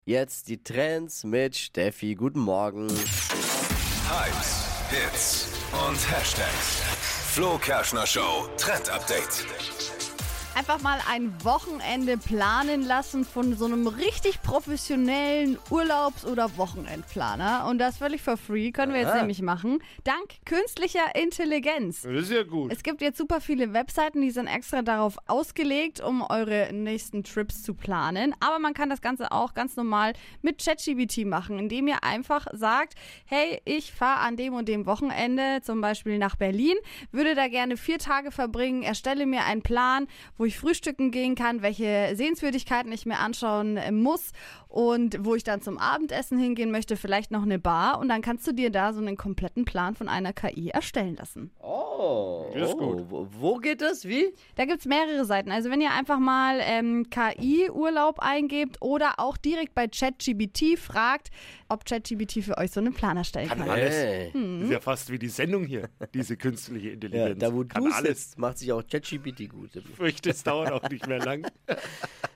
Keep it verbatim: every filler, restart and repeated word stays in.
Jetzt die Trends mit Steffi. Guten Morgen. Hypes, Hits und Hashtags. Flo Kerschner Show Trend Update. Einfach mal ein Wochenende planen lassen von so einem richtig professionellen Urlaubs- oder Wochenendplaner. Und das völlig for free, können wir jetzt Aha. nämlich machen. Dank künstlicher Intelligenz. Das ist ja gut. Es gibt jetzt super viele Webseiten, die sind extra darauf ausgelegt, um eure nächsten Trips zu planen. Aber man kann das Ganze auch ganz normal mit ChatGPT machen, indem ihr einfach sagt, hey, ich fahre an dem und dem Wochenende zum Beispiel nach Berlin, würde da gerne vier Tage verbringen, erstelle mir einen Plan, wo ich frühstücken gehen kann, welche Sehenswürdigkeiten ich mir anschauen muss und wo ich dann zum Abendessen hingehen möchte, vielleicht noch eine Bar. Und dann kannst du dir da so einen kompletten Plan von einer K I erstellen lassen. Oh, Das ist oh. gut. Wo, wo geht das? Wie? Da gibt's mehrere Seiten. Also wenn ihr einfach mal ähm, K I-Urlaub eingebt oder auch direkt bei ChatGPT fragt, ob ChatGPT für euch so einen Plan erstellen kann. Kann alles. Hey. Das ist ja fast wie die Sendung hier, diese künstliche Ja, Intelligenz. da wo Kann du alles. sitzt, macht sich auch ChatGPT gut. Ich fürchte, es dauert auch nicht mehr lang.